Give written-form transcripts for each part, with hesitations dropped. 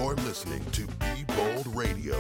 You're listening to Be Bold Radio.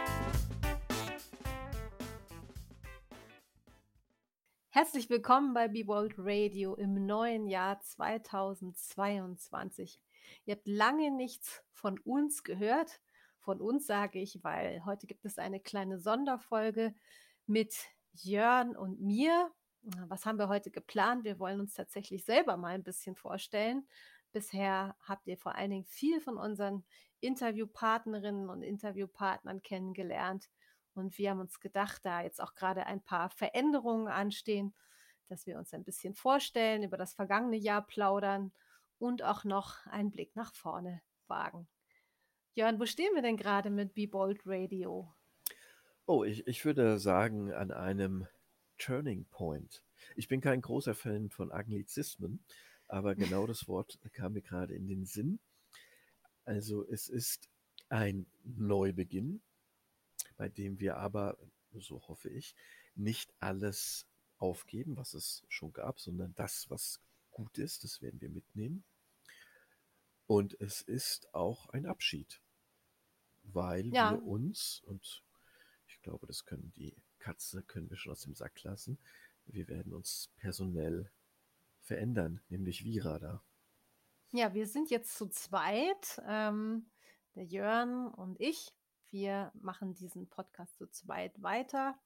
Herzlich willkommen bei Be Bold Radio im neuen Jahr 2022. Ihr habt lange nichts von uns gehört. Von uns sage ich, weil heute gibt es eine kleine Sonderfolge mit Jörn und mir. Was haben wir heute geplant? Wir wollen uns tatsächlich selber mal ein bisschen vorstellen. Bisher habt ihr vor allen Dingen viel von unseren Interviewpartnerinnen und Interviewpartnern kennengelernt. Und wir haben uns gedacht, da jetzt auch gerade ein paar Veränderungen anstehen, dass wir uns ein bisschen vorstellen, über das vergangene Jahr plaudern und auch noch einen Blick nach vorne wagen. Jörn, wo stehen wir denn gerade mit Be Bold Radio? Oh, ich würde sagen, an einem Turning Point. Ich bin kein großer Fan von Anglizismen, aber genau das Wort kam mir gerade in den Sinn. Also es ist ein Neubeginn, bei dem wir aber, so hoffe ich, nicht alles aufgeben, was es schon gab, sondern das, was gut ist, das werden wir mitnehmen. Und es ist auch ein Abschied, weil Ja, wir uns, und ich glaube, das können wir schon aus dem Sack lassen, wir werden uns personell verändern, nämlich Virada. ja, wir sind jetzt zu zweit, der Jörn und ich. Wir machen diesen Podcast zu zweit weiter.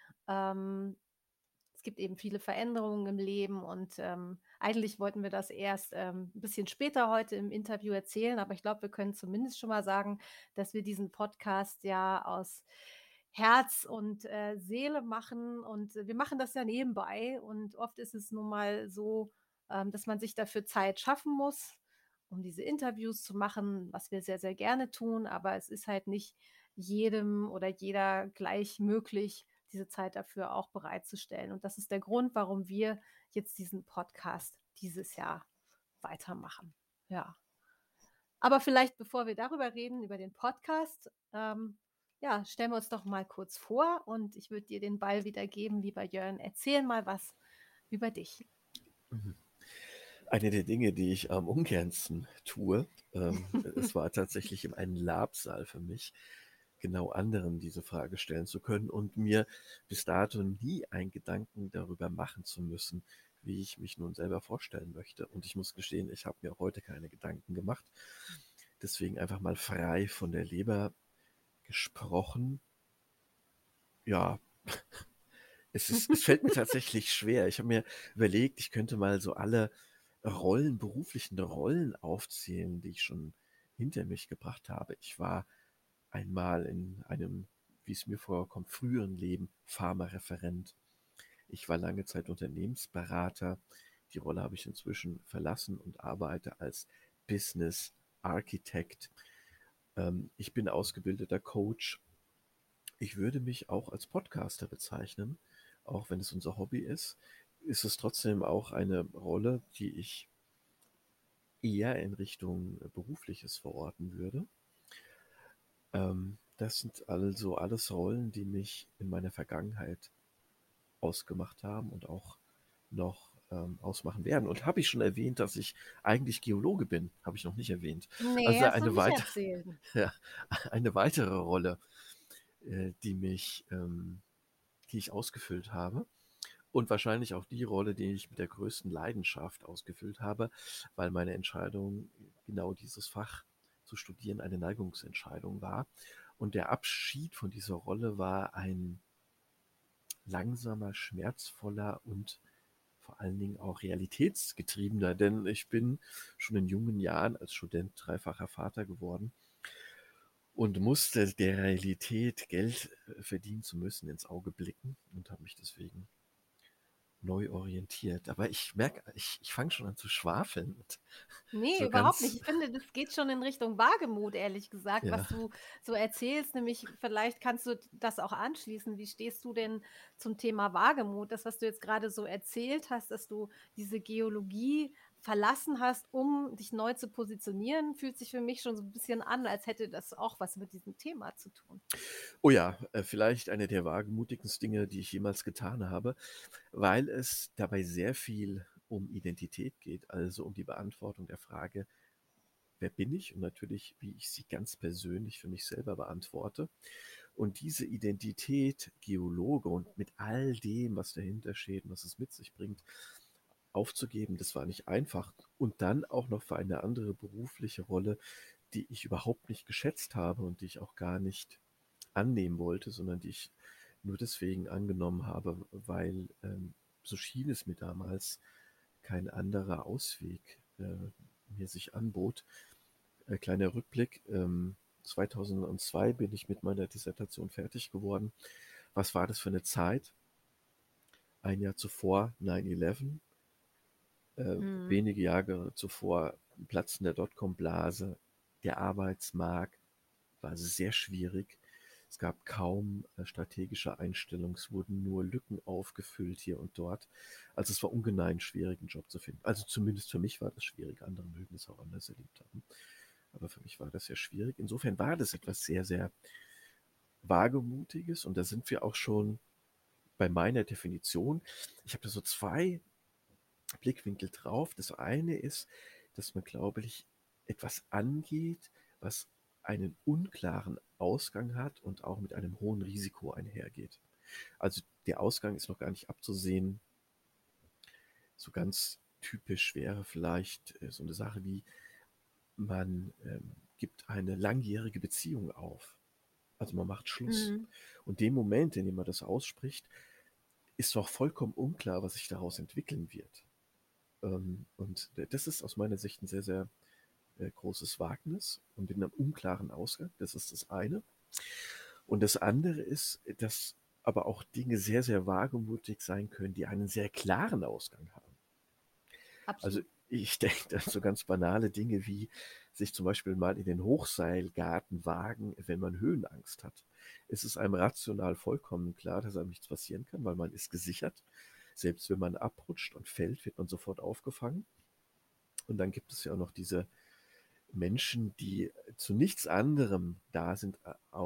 Es gibt eben viele Veränderungen im Leben und eigentlich wollten wir das erst ein bisschen später heute im Interview erzählen, aber ich glaube, wir können zumindest schon mal sagen, dass wir diesen Podcast ja aus Herz und Seele machen und wir machen das ja nebenbei und oft ist es nun mal so, dass man sich dafür Zeit schaffen muss, um diese Interviews zu machen, was wir sehr, sehr gerne tun, aber es ist halt nicht jedem oder jeder gleich möglich, diese Zeit dafür auch bereitzustellen. Und das ist der Grund, warum wir jetzt diesen Podcast dieses Jahr weitermachen. Ja. Aber vielleicht, bevor wir darüber reden, über den Podcast, ja, stellen wir uns doch mal kurz vor und ich würde dir den Ball wieder geben, lieber Jörn. Erzähl mal was über dich. Eine der Dinge, die ich am ungernsten tue, es war tatsächlich ein Labsal für mich, genau anderen diese Frage stellen zu können und mir bis dato nie einen Gedanken darüber machen zu müssen, wie ich mich nun selber vorstellen möchte. Und ich muss gestehen, ich habe mir auch heute keine Gedanken gemacht. Deswegen einfach mal frei von der Leber gesprochen. Ja, es fällt mir tatsächlich schwer. Ich habe mir überlegt, ich könnte mal so alle beruflichen Rollen aufzählen, die ich schon hinter mich gebracht habe. Ich war einmal in einem, wie es mir vorkommt, früheren Leben Pharmareferent. Ich war lange Zeit Unternehmensberater. Die Rolle habe ich inzwischen verlassen und arbeite als Business Architect. Ich bin ausgebildeter Coach. Ich würde mich auch als Podcaster bezeichnen, auch wenn es unser Hobby ist. Ist es trotzdem auch eine Rolle, die ich eher in Richtung Berufliches verorten würde. Das sind also alles Rollen, die mich in meiner Vergangenheit ausgemacht haben und auch noch ausmachen werden. Und habe ich schon erwähnt, dass ich eigentlich Geologe bin? Habe ich noch nicht erwähnt. Nee, Also hast du nicht erzählt. ja, eine weitere Rolle, die ich ausgefüllt habe. Und wahrscheinlich auch die Rolle, die ich mit der größten Leidenschaft ausgefüllt habe, weil meine Entscheidung, genau dieses Fach zu studieren, eine Neigungsentscheidung war. Und der Abschied von dieser Rolle war ein langsamer, schmerzvoller und vor allen Dingen auch realitätsgetriebener, denn ich bin schon in jungen Jahren als Student dreifacher Vater geworden und musste der Realität, Geld verdienen zu müssen, ins Auge blicken und habe mich deswegen neu orientiert. Aber ich merke, ich fange schon an zu schwafeln. Nee, So überhaupt nicht. ganz, Ich finde, das geht schon in Richtung Wagemut, ehrlich gesagt, ja. was du so erzählst. Nämlich, vielleicht kannst du das auch anschließen. Wie stehst du denn zum Thema Wagemut? Das, was du jetzt gerade so erzählt hast, dass du diese Geologie verlassen hast, um dich neu zu positionieren, fühlt sich für mich schon so ein bisschen an, als hätte das auch was mit diesem Thema zu tun. Oh ja, vielleicht eine der wagemutigsten Dinge, die ich jemals getan habe, weil es dabei sehr viel um Identität geht, also um die Beantwortung der Frage, wer bin ich und natürlich, wie ich sie ganz persönlich für mich selber beantworte. Und diese Identität Geologe und mit all dem, was dahinter steht und was es mit sich bringt, aufzugeben, das war nicht einfach. Und dann auch noch für eine andere berufliche Rolle, die ich überhaupt nicht geschätzt habe und die ich auch gar nicht annehmen wollte, sondern die ich nur deswegen angenommen habe, weil so schien es mir damals kein anderer Ausweg mir sich anbot. Kleiner Rückblick, 2002 bin ich mit meiner Dissertation fertig geworden. Was war das für eine Zeit? Ein Jahr zuvor 9/11, Mhm. wenige Jahre zuvor Platzen der Dotcom-Blase. Der Arbeitsmarkt war sehr schwierig. Es gab kaum strategische Einstellungen, es wurden nur Lücken aufgefüllt hier und dort. Also es war ungemein schwierig, einen Job zu finden. Also zumindest für mich war das schwierig. Andere mögen es auch anders erlebt haben. Aber für mich war das sehr schwierig. Insofern war das etwas sehr, sehr Wagemutiges. Und da sind wir auch schon bei meiner Definition. Ich habe da so zwei Blickwinkel drauf. Das eine ist, dass man, glaube ich, etwas angeht, was einen unklaren Ausgang hat und auch mit einem hohen Risiko einhergeht. Also der Ausgang ist noch gar nicht abzusehen. So ganz typisch wäre vielleicht so eine Sache wie, man gibt eine langjährige Beziehung auf. Also man macht Schluss. Mhm. Und dem Moment, in dem man das ausspricht, ist doch vollkommen unklar, was sich daraus entwickeln wird. Und das ist aus meiner Sicht ein sehr, sehr großes Wagnis und mit einem unklaren Ausgang. Das ist das eine. Und das andere ist, dass aber auch Dinge sehr, sehr wagemutig sein können, die einen sehr klaren Ausgang haben. Also Absolut. ich denke an so ganz banale Dinge wie sich zum Beispiel mal in den Hochseilgarten wagen, wenn man Höhenangst hat. Es ist einem rational vollkommen klar, dass einem nichts passieren kann, weil man ist gesichert. Selbst wenn man abrutscht und fällt, wird man sofort aufgefangen. Und dann gibt es ja auch noch diese Menschen, die zu nichts anderem da sind,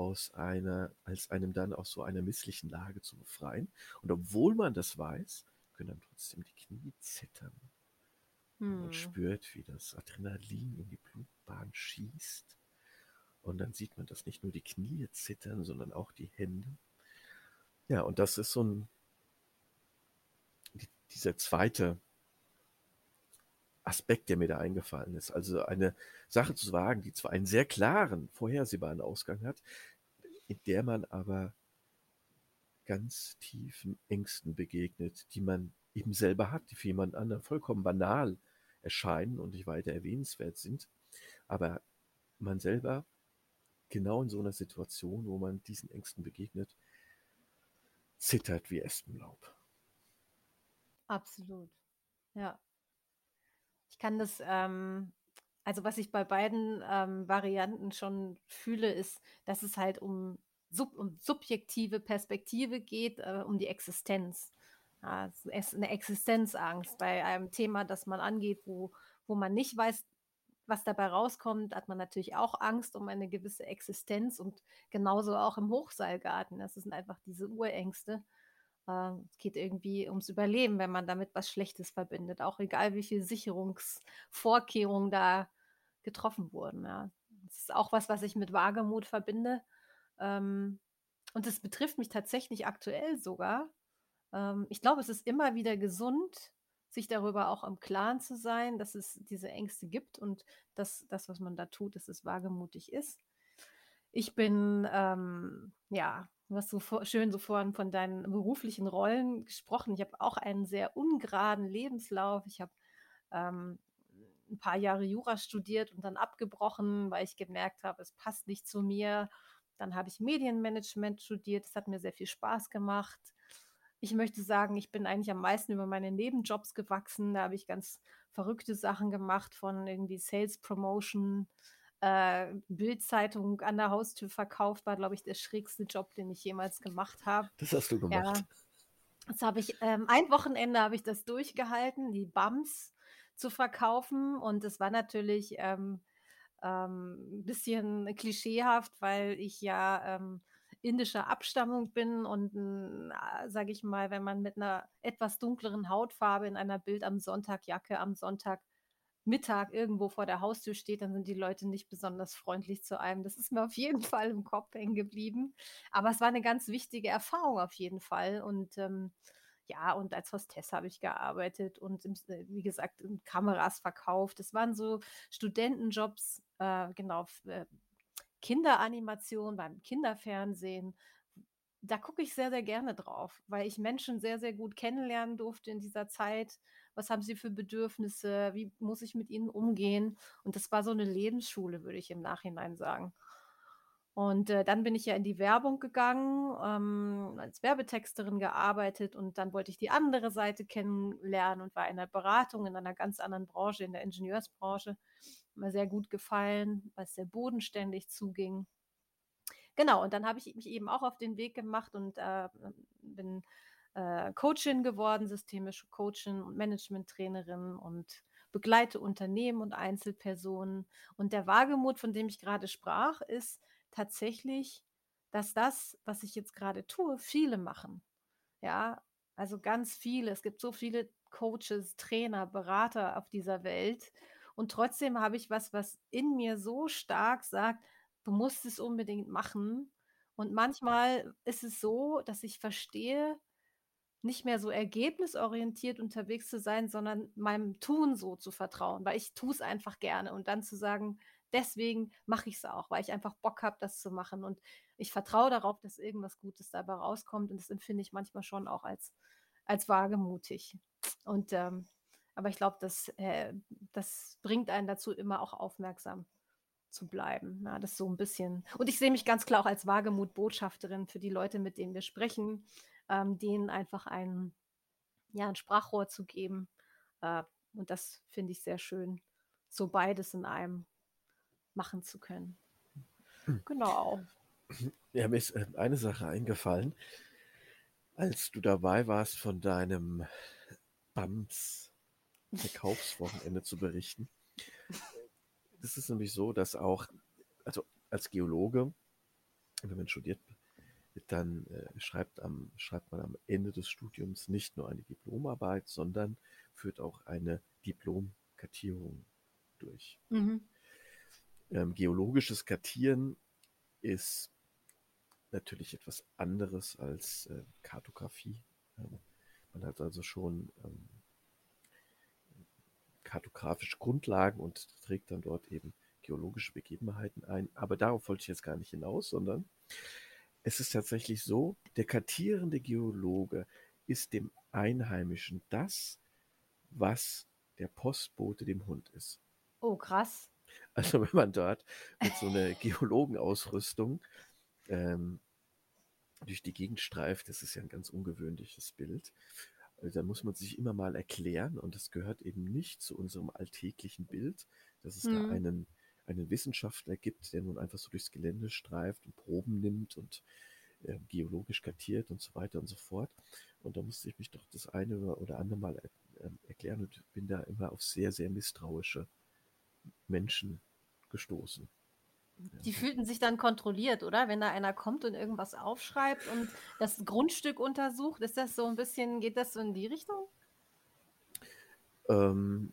als einem dann aus so einer misslichen Lage zu befreien. Und obwohl man das weiß, können dann trotzdem die Knie zittern. Und man Mhm. spürt, wie das Adrenalin in die Blutbahn schießt. Und dann sieht man, dass nicht nur die Knie zittern, sondern auch die Hände. Ja, und das ist so dieser zweite Aspekt, der mir da eingefallen ist. Also eine Sache zu wagen, die zwar einen sehr klaren, vorhersehbaren Ausgang hat, in der man aber ganz tiefen Ängsten begegnet, die man eben selber hat, die für jemand anderen vollkommen banal erscheinen und nicht weiter erwähnenswert sind. Aber man selber genau in so einer Situation, wo man diesen Ängsten begegnet, zittert wie Espenlaub. Absolut. Ja. Ich kann das, also was ich bei beiden Varianten schon fühle, ist, dass es halt um subjektive Perspektive geht, um die Existenz. Ja, es ist eine Existenzangst bei einem Thema, das man angeht, wo man nicht weiß, was dabei rauskommt, hat man natürlich auch Angst um eine gewisse Existenz und genauso auch im Hochseilgarten. Das sind einfach diese Urängste. Es geht irgendwie ums Überleben, wenn man damit was Schlechtes verbindet, auch egal wie viel Sicherungsvorkehrungen da getroffen wurden. Ja. Das ist auch was, was ich mit Wagemut verbinde. Ähm, und das betrifft mich tatsächlich aktuell sogar. Ich glaube, es ist immer wieder gesund, sich darüber auch im Klaren zu sein, dass es diese Ängste gibt und dass das, was man da tut, dass es wagemutig ist. Ich bin, ja, du hast schön so vorhin von deinen beruflichen Rollen gesprochen. Ich habe auch einen sehr ungeraden Lebenslauf. Ich habe ähm, ein paar Jahre Jura studiert und dann abgebrochen, weil ich gemerkt habe, es passt nicht zu mir. Dann habe ich Medienmanagement studiert. Das hat mir sehr viel Spaß gemacht. Ich möchte sagen, ich bin eigentlich am meisten über meine Nebenjobs gewachsen. Da habe ich ganz verrückte Sachen gemacht, von irgendwie Sales Promotion, Bildzeitung an der Haustür verkauft, war, glaube ich, der schrägste Job, den ich jemals gemacht habe. Das hast du gemacht. Ja, das habe ich, ein Wochenende habe ich das durchgehalten, die Bums zu verkaufen. Und es war natürlich 'n bisschen klischeehaft, weil ich ja indischer Abstammung bin und, sage ich mal, wenn man mit einer etwas dunkleren Hautfarbe in einer Bild am Sonntag Jacke am Sonntag Mittag irgendwo vor der Haustür steht, dann sind die Leute nicht besonders freundlich zu einem. Das ist mir auf jeden Fall im Kopf hängen geblieben. Aber es war eine ganz wichtige Erfahrung auf jeden Fall. Und ja, und als Hostess habe ich gearbeitet und wie gesagt, Kameras verkauft. Das waren so Studentenjobs, genau, Kinderanimation beim Kinderfernsehen. Da gucke ich sehr, sehr gerne drauf, weil ich Menschen sehr, sehr gut kennenlernen durfte in dieser Zeit. Was haben sie für Bedürfnisse? Wie muss ich mit ihnen umgehen? Und das war so eine Lebensschule, würde ich im Nachhinein sagen. Und dann bin ich ja in die Werbung gegangen, als Werbetexterin gearbeitet und dann wollte ich die andere Seite kennenlernen und war in der Beratung in einer ganz anderen Branche, in der Ingenieursbranche. Mir sehr gut gefallen, weil es sehr bodenständig zuging. Genau, und dann habe ich mich eben auch auf den Weg gemacht und bin Coachin geworden, systemische Coachin und Management-Trainerin und begleite Unternehmen und Einzelpersonen. Und der Wagemut, von dem ich gerade sprach, ist tatsächlich, dass das, was ich jetzt gerade tue, viele machen. Ja, also ganz viele. Es gibt so viele Coaches, Trainer, Berater auf dieser Welt. Und trotzdem habe ich was, was in mir so stark sagt, du musst es unbedingt machen. Und manchmal ist es so, dass ich verstehe, nicht mehr so ergebnisorientiert unterwegs zu sein, sondern meinem Tun so zu vertrauen, weil ich tue es einfach gerne und dann zu sagen, deswegen mache ich es auch, weil ich einfach Bock habe, das zu machen und ich vertraue darauf, dass irgendwas Gutes dabei rauskommt und das empfinde ich manchmal schon auch als wagemutig. Und aber ich glaube, das bringt einen dazu, immer auch aufmerksam zu bleiben. Ja, das so ein bisschen. Und ich sehe mich ganz klar auch als Wagemut-Botschafterin für die Leute, mit denen wir sprechen, denen einfach ja, ein Sprachrohr zu geben. Äh, und das finde ich sehr schön, so beides in einem machen zu können. Genau. Ja, mir ist eine Sache eingefallen, als du dabei warst, von deinem BAMS Verkaufswochenende zu berichten. Das ist nämlich so, dass auch, also als Geologe, wenn man studiert, dann schreibt man am Ende des Studiums nicht nur eine Diplomarbeit, sondern führt auch eine Diplomkartierung durch. Mhm. Geologisches Kartieren ist natürlich etwas anderes als Kartografie. Man hat also schon kartografische Grundlagen und trägt dann dort eben geologische Begebenheiten ein. Aber darauf wollte ich jetzt gar nicht hinaus, sondern es ist tatsächlich so, der kartierende Geologe ist dem Einheimischen das, was der Postbote dem Hund ist. Oh, krass. Also wenn man dort mit so einer Geologenausrüstung ähm, durch die Gegend streift, das ist ja ein ganz ungewöhnliches Bild. Da muss man sich immer mal erklären und das gehört eben nicht zu unserem alltäglichen Bild, dass es da Mhm. einen Wissenschaftler gibt, der nun einfach so durchs Gelände streift und Proben nimmt und geologisch kartiert und so weiter und so fort. Und da musste ich mich doch das eine oder andere Mal erklären und bin da immer auf sehr, sehr misstrauische Menschen gestoßen. Die fühlten sich dann kontrolliert, oder? Wenn da einer kommt und irgendwas aufschreibt und das Grundstück untersucht, ist das so ein bisschen, geht das so in die Richtung? Ähm,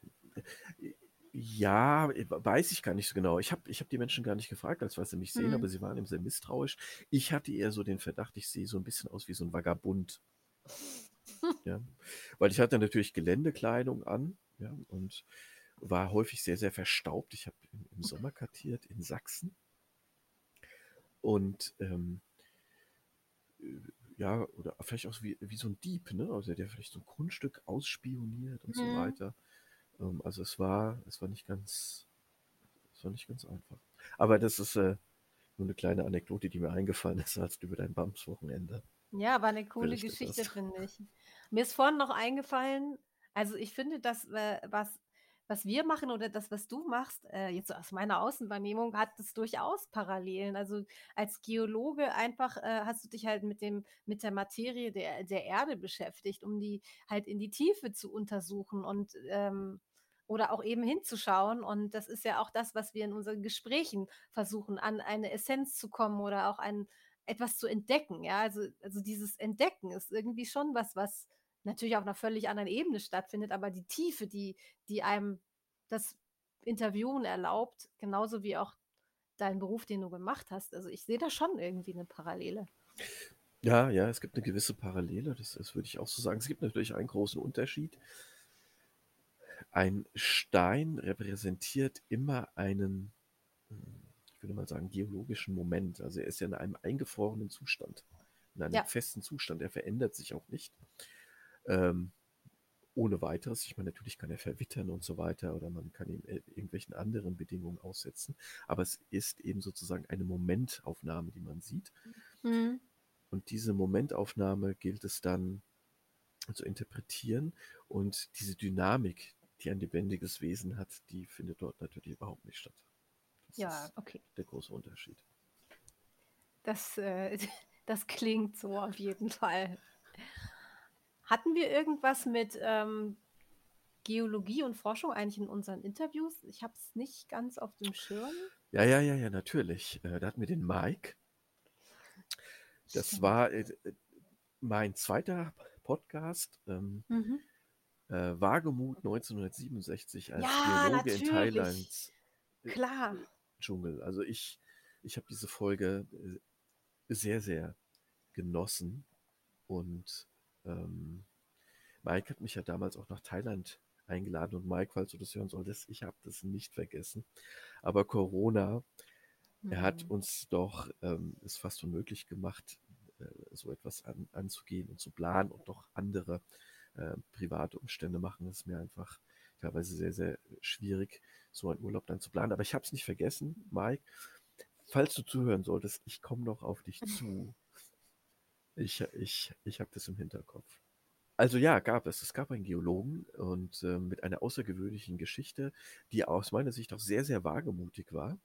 ja, weiß ich gar nicht so genau. Ich hab die Menschen gar nicht gefragt, als was sie mich sehen, aber Mhm. sie waren eben sehr misstrauisch. Ich hatte eher so den Verdacht, ich sehe so ein bisschen aus wie so ein Vagabund. Ja? Weil ich hatte natürlich Geländekleidung an, ja, und war häufig sehr, sehr verstaubt. Ich habe im Sommer kartiert in Sachsen und ja, oder vielleicht auch wie so ein Dieb, ne? Also der vielleicht so ein Grundstück ausspioniert und so Mhm. weiter. Also es war nicht ganz einfach. Aber das ist nur eine kleine Anekdote, die mir eingefallen ist, als du über dein Bams-Wochenende Ja, war 'ne coole berichtet Geschichte, hast. finde ich. Mir ist vorhin noch eingefallen, also, ich finde das, was wir machen oder das, was du machst, jetzt so aus meiner Außenwahrnehmung, hat es durchaus Parallelen. Also, als Geologe einfach, hast du dich halt mit der Materie der Erde beschäftigt, um die halt in die Tiefe zu untersuchen und, oder auch eben hinzuschauen. Und das ist ja auch das, was wir in unseren Gesprächen versuchen, an eine Essenz zu kommen oder auch etwas zu entdecken, ja? Also dieses Entdecken ist irgendwie schon was, was natürlich auf einer völlig anderen Ebene stattfindet, aber die Tiefe, die einem das Interviewen erlaubt, genauso wie auch dein Beruf, den du gemacht hast. Also ich sehe da schon irgendwie eine Parallele. Ja, ja, es gibt eine gewisse Parallele, das würde ich auch so sagen. Es gibt natürlich einen großen Unterschied. Ein Stein repräsentiert immer einen, ich würde mal sagen, geologischen Moment. Also er ist ja in einem eingefrorenen Zustand, in einem Ja, festen Zustand. Er verändert sich auch nicht. Ähm, ohne weiteres. Ich meine, natürlich kann er verwittern und so weiter oder man kann ihn irgendwelchen anderen Bedingungen aussetzen. Aber es ist eben sozusagen eine Momentaufnahme, die man sieht. mhm. Und diese Momentaufnahme gilt es dann zu interpretieren. Und diese Dynamik, die ein lebendiges Wesen hat, die findet dort natürlich überhaupt nicht statt. Das Ja, ist okay. der große Unterschied. Das, das klingt so auf jeden Fall. Hatten wir irgendwas mit Geologie und Forschung eigentlich in unseren Interviews? Ich habe es nicht ganz auf dem Schirm. Ja, ja, ja, ja, natürlich. Da hatten wir den Mike. Das Stimmt. war mein zweiter Podcast. Mhm. Wagemut 1967 als Ja, Geologe in natürlich. Thailands Klar. Dschungel. Also ich habe diese Folge sehr, sehr genossen und ähm, Mike hat mich ja damals auch nach Thailand eingeladen und Mike, falls du das hören solltest, ich habe das nicht vergessen. Aber Corona, er hat Mhm. uns doch es fast unmöglich gemacht, so etwas anzugehen und zu planen und doch andere private Umstände machen es mir einfach teilweise sehr, sehr schwierig, so einen Urlaub dann zu planen. Aber ich habe es nicht vergessen, Mike. Falls du zuhören solltest, ich komme noch auf dich zu. Ich habe das im Hinterkopf. Also ja, gab es. Es gab einen Geologen und mit einer außergewöhnlichen Geschichte, die aus meiner Sicht auch sehr, sehr wagemutig war.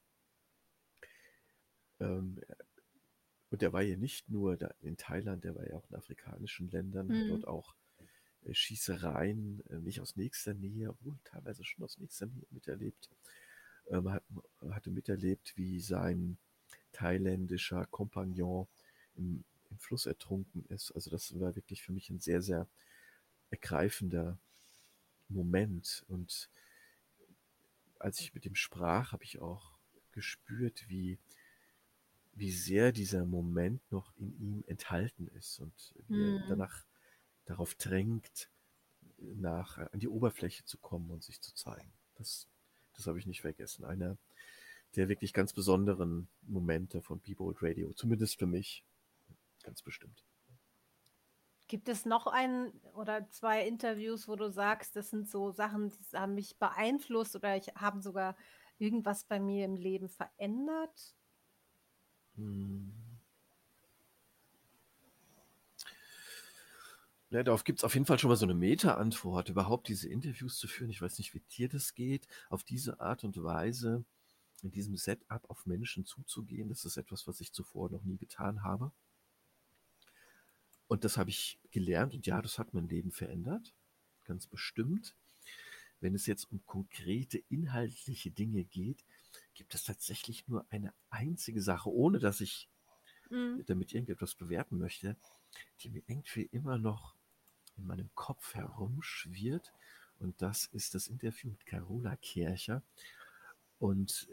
Ähm, und der war ja nicht nur da in Thailand, der war ja auch in afrikanischen Ländern, hat Mhm. dort auch Schießereien, nicht aus nächster Nähe, obwohl teilweise schon aus nächster Nähe miterlebt. Hat, hatte miterlebt, wie sein thailändischer Kompagnon im Fluss ertrunken ist. Also das war wirklich für mich ein sehr, sehr ergreifender Moment. Und als ich mit ihm sprach, habe ich auch gespürt, wie sehr dieser Moment noch in ihm enthalten ist und wie er Mhm. danach darauf drängt, an die Oberfläche zu kommen und sich zu zeigen. Das habe ich nicht vergessen. Einer der wirklich ganz besonderen Momente von Be-Bold Radio, zumindest für mich, ganz bestimmt. Gibt es noch ein oder zwei Interviews, wo du sagst, das sind so Sachen, die haben mich beeinflusst oder haben sogar irgendwas bei mir im Leben verändert? Hm. Ja, darauf gibt es auf jeden Fall schon mal so eine Meta-Antwort, überhaupt diese Interviews zu führen. Ich weiß nicht, wie dir das geht, auf diese Art und Weise, in diesem Setup auf Menschen zuzugehen. Das ist etwas, was ich zuvor noch nie getan habe. Und das habe ich gelernt und ja, das hat mein Leben verändert, ganz bestimmt. Wenn es jetzt um konkrete inhaltliche Dinge geht, gibt es tatsächlich nur eine einzige Sache, ohne dass ich Mhm. damit irgendetwas bewerten möchte, die mir irgendwie immer noch in meinem Kopf herumschwirrt. Und das ist das Interview mit Carola Kircher und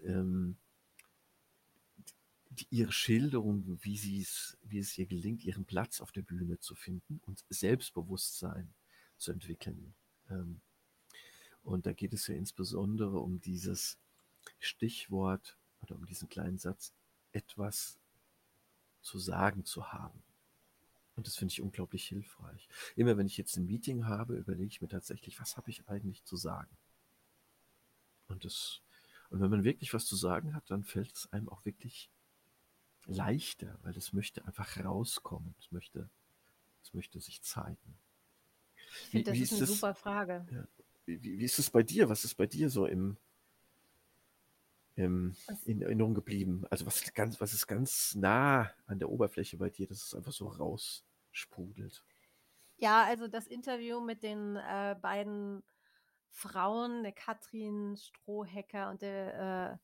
ihre Schilderung, wie es ihr gelingt, ihren Platz auf der Bühne zu finden und Selbstbewusstsein zu entwickeln. Ähm, und da geht es ja insbesondere um dieses Stichwort oder um diesen kleinen Satz, etwas zu sagen zu haben. Und das finde ich unglaublich hilfreich. Immer wenn ich jetzt ein Meeting habe, überlege ich mir tatsächlich, was habe ich eigentlich zu sagen? Und und wenn man wirklich was zu sagen hat, dann fällt es einem auch wirklich leichter, weil es möchte einfach rauskommen. Es möchte sich zeigen. Ich finde, das Wie ist ist eine es, super Frage. ja, wie ist es bei dir? Was ist bei dir so Was in Erinnerung geblieben? Also was ist ganz nah an der Oberfläche bei dir, dass es einfach so raussprudelt? Ja, also das Interview mit den beiden Frauen, der Katrin Strohhecker und der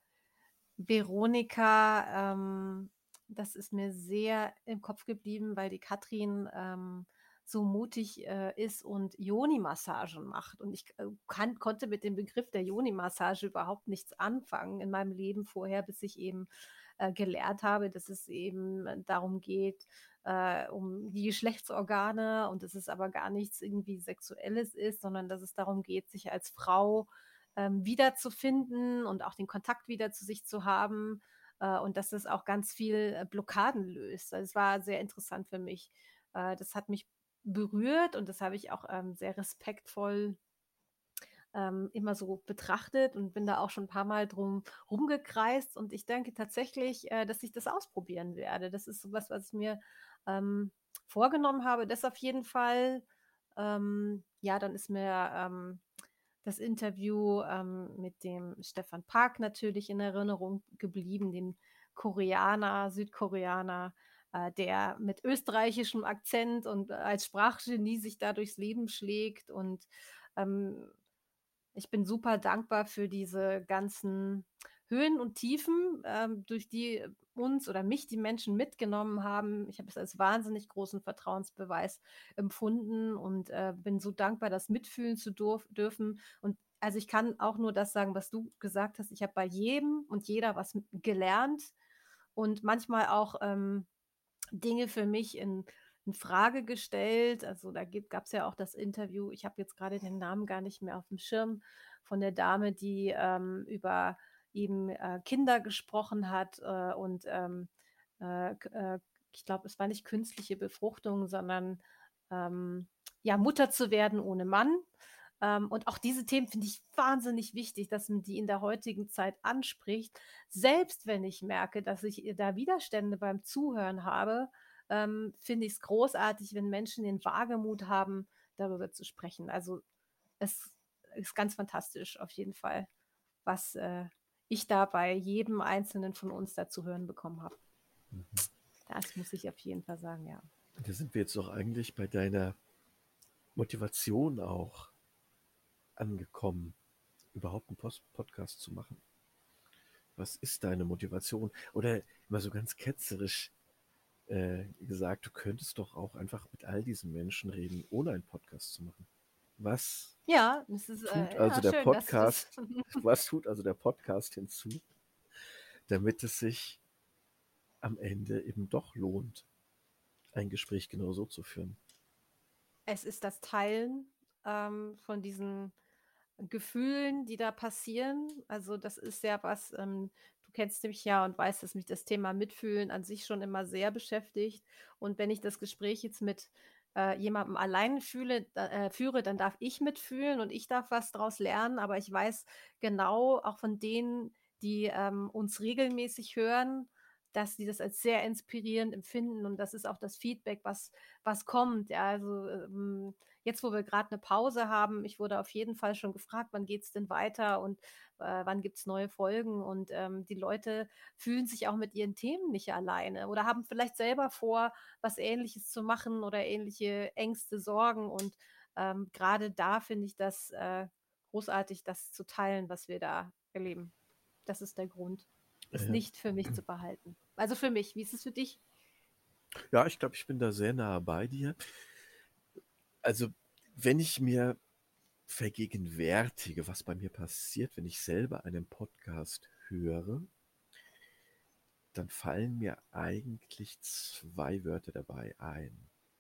Veronika, das ist mir sehr im Kopf geblieben, weil die Katrin so mutig ist und Yoni-Massagen macht. Und ich konnte mit dem Begriff der Yoni-Massage überhaupt nichts anfangen in meinem Leben vorher, bis ich eben gelernt habe, dass es eben darum geht, um die Geschlechtsorgane und dass es aber gar nichts irgendwie Sexuelles ist, sondern dass es darum geht, sich als Frau wiederzufinden und auch den Kontakt wieder zu sich zu haben und dass es auch ganz viel Blockaden löst. Also es war sehr interessant für mich. Das hat mich berührt und das habe ich auch sehr respektvoll immer so betrachtet und bin da auch schon ein paar Mal drum rumgekreist. Und ich denke tatsächlich, dass ich das ausprobieren werde. Das ist so was ich mir vorgenommen habe. Das auf jeden Fall. Ja, dann ist mir das Interview mit dem Stefan Park natürlich in Erinnerung geblieben, dem Koreaner, Südkoreaner, der mit österreichischem Akzent und als Sprachgenie sich da durchs Leben schlägt. Und ähm, ich bin super dankbar für diese ganzen Höhen und Tiefen, durch die uns oder mich die Menschen mitgenommen haben. Ich habe es als wahnsinnig großen Vertrauensbeweis empfunden und bin so dankbar, das mitfühlen zu dürfen. Und also ich kann auch nur das sagen, was du gesagt hast. Ich habe bei jedem und jeder was gelernt und manchmal auch Dinge für mich in Frage gestellt. Also da gab es ja auch das Interview, ich habe jetzt gerade den Namen gar nicht mehr auf dem Schirm, von der Dame, die über eben Kinder gesprochen hat und ich glaube, es war nicht künstliche Befruchtung, sondern ja, Mutter zu werden ohne Mann. Und auch diese Themen finde ich wahnsinnig wichtig, dass man die in der heutigen Zeit anspricht. Selbst wenn ich merke, dass ich da Widerstände beim Zuhören habe, finde ich es großartig, wenn Menschen den Wagemut haben, darüber zu sprechen. Also es ist ganz fantastisch auf jeden Fall, was ich da bei jedem Einzelnen von uns da zu hören bekommen habe. Das muss ich auf jeden Fall sagen, ja. Da sind wir jetzt doch eigentlich bei deiner Motivation auch angekommen, überhaupt einen Podcast zu machen. Was ist deine Motivation? Oder immer so ganz ketzerisch gesagt, du könntest doch auch einfach mit all diesen Menschen reden, ohne einen Podcast zu machen. Was Ja, das ist tut also ja der schön, dass du das. Podcast, was tut also der Podcast hinzu, damit es sich am Ende eben doch lohnt, ein Gespräch genau so zu führen? Es ist das Teilen von diesen Gefühlen, die da passieren. Also das ist ja was, du kennst mich ja und weißt, dass mich das Thema Mitfühlen an sich schon immer sehr beschäftigt. Und wenn ich das Gespräch jetzt mit jemandem allein führe, dann darf ich mitfühlen und ich darf was daraus lernen. Aber ich weiß genau, auch von denen, die uns regelmäßig hören, dass die das als sehr inspirierend empfinden. Und das ist auch das Feedback, was kommt. Ja, also jetzt, wo wir gerade eine Pause haben, ich wurde auf jeden Fall schon gefragt, wann geht es denn weiter und wann gibt es neue Folgen. Und die Leute fühlen sich auch mit ihren Themen nicht alleine oder haben vielleicht selber vor, was Ähnliches zu machen oder ähnliche Ängste, Sorgen. Und gerade da finde ich das großartig, das zu teilen, was wir da erleben. Das ist der Grund, es Äh, nicht für mich zu behalten. Also für mich, wie ist es für dich? ja, ich glaube, ich bin da sehr nah bei dir. Also, wenn ich mir vergegenwärtige, was bei mir passiert, wenn ich selber einen Podcast höre, dann fallen mir eigentlich zwei Wörter dabei ein.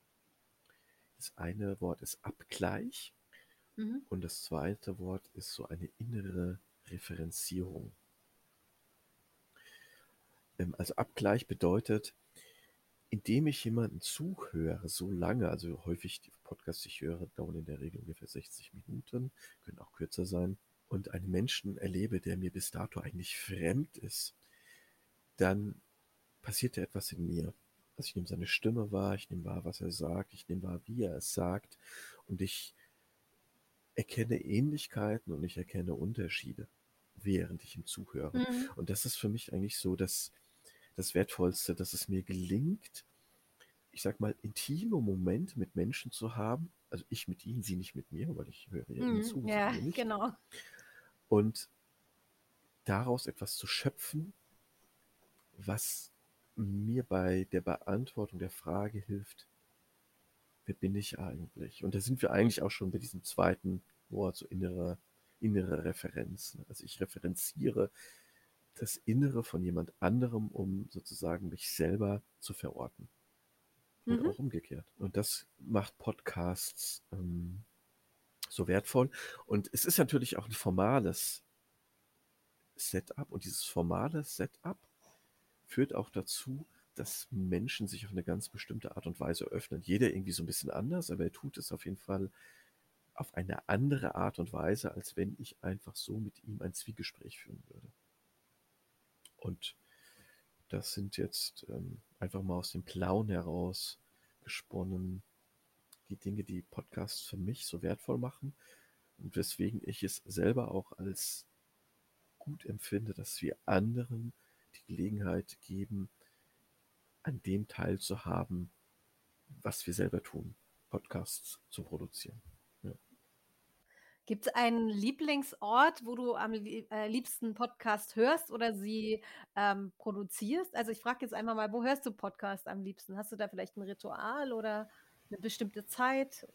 Das eine Wort ist Abgleich Mhm. und das zweite Wort ist so eine innere Referenzierung. Also Abgleich bedeutet, indem ich jemanden zuhöre, so lange, also häufig die Podcasts, die ich höre, dauern in der Regel ungefähr 60 Minuten, können auch kürzer sein, und einen Menschen erlebe, der mir bis dato eigentlich fremd ist, dann passiert ja etwas in mir. Also ich nehme seine Stimme wahr, ich nehme wahr, was er sagt, ich nehme wahr, wie er es sagt, und ich erkenne Ähnlichkeiten und ich erkenne Unterschiede, während ich ihm zuhöre. Mhm. Und das ist für mich eigentlich so das Wertvollste, dass es mir gelingt, ich sag mal, intime Momente mit Menschen zu haben. Also ich mit ihnen, sie nicht mit mir, weil ich höre ja ihnen Mhm. zu, sie Ja, mir nicht. genau. Und daraus etwas zu schöpfen, was mir bei der Beantwortung der Frage hilft, wer bin ich eigentlich? Und da sind wir eigentlich auch schon bei diesem zweiten Wort, so innere Referenz. Ne? Also ich referenziere das Innere von jemand anderem, um sozusagen mich selber zu verorten. Oder Mhm. auch umgekehrt. Und das macht Podcasts so wertvoll. Und es ist natürlich auch ein formales Setup. Und dieses formale Setup führt auch dazu, dass Menschen sich auf eine ganz bestimmte Art und Weise öffnen. Jeder irgendwie so ein bisschen anders, aber er tut es auf jeden Fall auf eine andere Art und Weise, als wenn ich einfach so mit ihm ein Zwiegespräch führen würde. Und das sind jetzt einfach mal aus dem Plauen heraus gesponnen die Dinge, die Podcasts für mich so wertvoll machen und weswegen ich es selber auch als gut empfinde, dass wir anderen die Gelegenheit geben, an dem teilzuhaben, was wir selber tun, Podcasts zu produzieren. Ja. Gibt es einen Lieblingsort, wo du am liebsten Podcast hörst oder sie produzierst? Also ich frage jetzt einmal mal, wo hörst du Podcast am liebsten? Hast du da vielleicht ein Ritual oder eine bestimmte Zeit?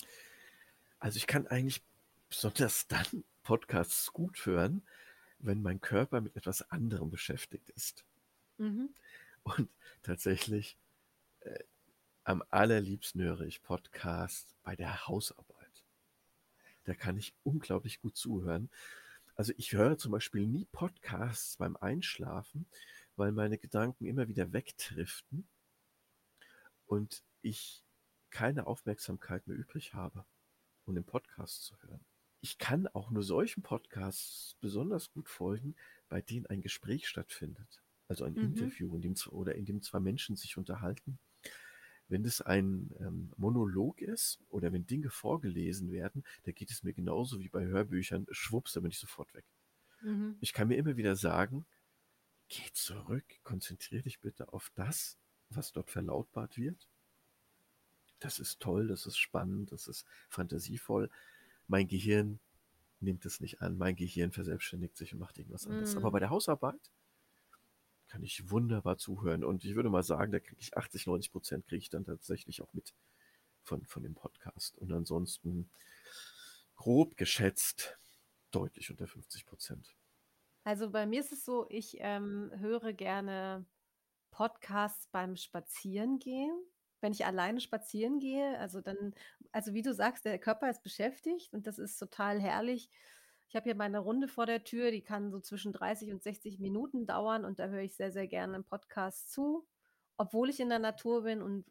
Also ich kann eigentlich besonders dann Podcasts gut hören, wenn mein Körper mit etwas anderem beschäftigt ist. Mhm. Und tatsächlich am allerliebsten höre ich Podcasts bei der Hausarbeit. Da kann ich unglaublich gut zuhören. Also ich höre zum Beispiel nie Podcasts beim Einschlafen, weil meine Gedanken immer wieder wegdriften und ich keine Aufmerksamkeit mehr übrig habe, um den Podcast zu hören. Ich kann auch nur solchen Podcasts besonders gut folgen, bei denen ein Gespräch stattfindet. Also ein Mhm. Interview, in dem zwei Menschen sich unterhalten. Wenn das ein Monolog ist oder wenn Dinge vorgelesen werden, da geht es mir genauso wie bei Hörbüchern. Schwupps, da bin ich sofort weg. Mhm. Ich kann mir immer wieder sagen, geh zurück, konzentriere dich bitte auf das, was dort verlautbart wird. Das ist toll, das ist spannend, das ist fantasievoll. Mein Gehirn nimmt es nicht an. Mein Gehirn verselbstständigt sich und macht irgendwas anderes. Aber bei Mhm. der Hausarbeit kann ich wunderbar zuhören. Und ich würde mal sagen, da kriege ich 80-90% kriege ich dann tatsächlich auch mit von dem Podcast. Und ansonsten grob geschätzt deutlich unter 50%. Also bei mir ist es so, ich höre gerne Podcasts beim Spazierengehen. Wenn ich alleine spazieren gehe, also wie du sagst, der Körper ist beschäftigt und das ist total herrlich. Ich habe hier meine Runde vor der Tür, die kann so zwischen 30 und 60 Minuten dauern und da höre ich sehr, sehr gerne einen Podcast zu, obwohl ich in der Natur bin und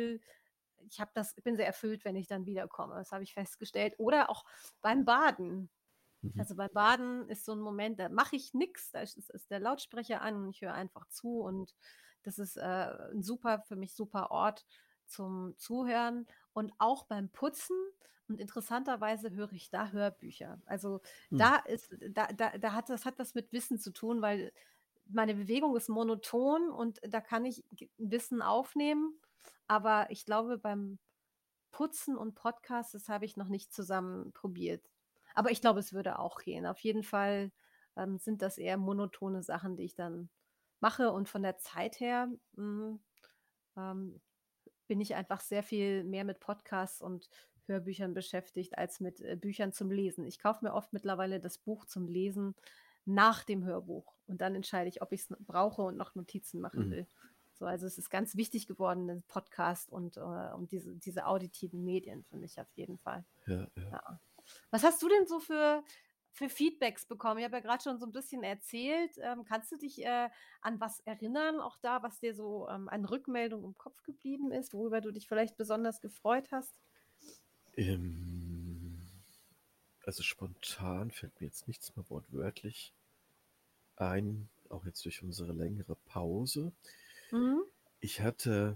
bin sehr erfüllt, wenn ich dann wiederkomme. Das habe ich festgestellt. Oder auch beim Baden. Mhm. Also beim Baden ist so ein Moment, da mache ich nichts, da ist der Lautsprecher an und ich höre einfach zu und das ist 'n super für mich super Ort zum Zuhören und auch beim Putzen und interessanterweise höre ich da Hörbücher. Also, Hm. da hat was mit Wissen zu tun, weil meine Bewegung ist monoton und da kann ich Wissen aufnehmen, aber ich glaube, beim Putzen und Podcast, das habe ich noch nicht zusammen probiert. Aber ich glaube, es würde auch gehen. Auf jeden Fall, sind das eher monotone Sachen, die ich dann mache und von der Zeit her, ähm, bin ich einfach sehr viel mehr mit Podcasts und Hörbüchern beschäftigt als mit, Büchern zum Lesen. Ich kaufe mir oft mittlerweile das Buch zum Lesen nach dem Hörbuch und dann entscheide ich, ob ich es brauche und noch Notizen machen Mhm. will. So, also es ist ganz wichtig geworden, 'nen Podcast und diese auditiven Medien für mich auf jeden Fall. Ja, ja. Ja. Was hast du denn so für Feedbacks bekommen? Ich habe ja gerade schon so ein bisschen erzählt. Kannst du dich, an was erinnern, auch da, was dir so, an Rückmeldung im Kopf geblieben ist, worüber du dich vielleicht besonders gefreut hast? Ähm, also spontan fällt mir jetzt nichts mehr wortwörtlich ein, auch jetzt durch unsere längere Pause. Mhm. Ich hatte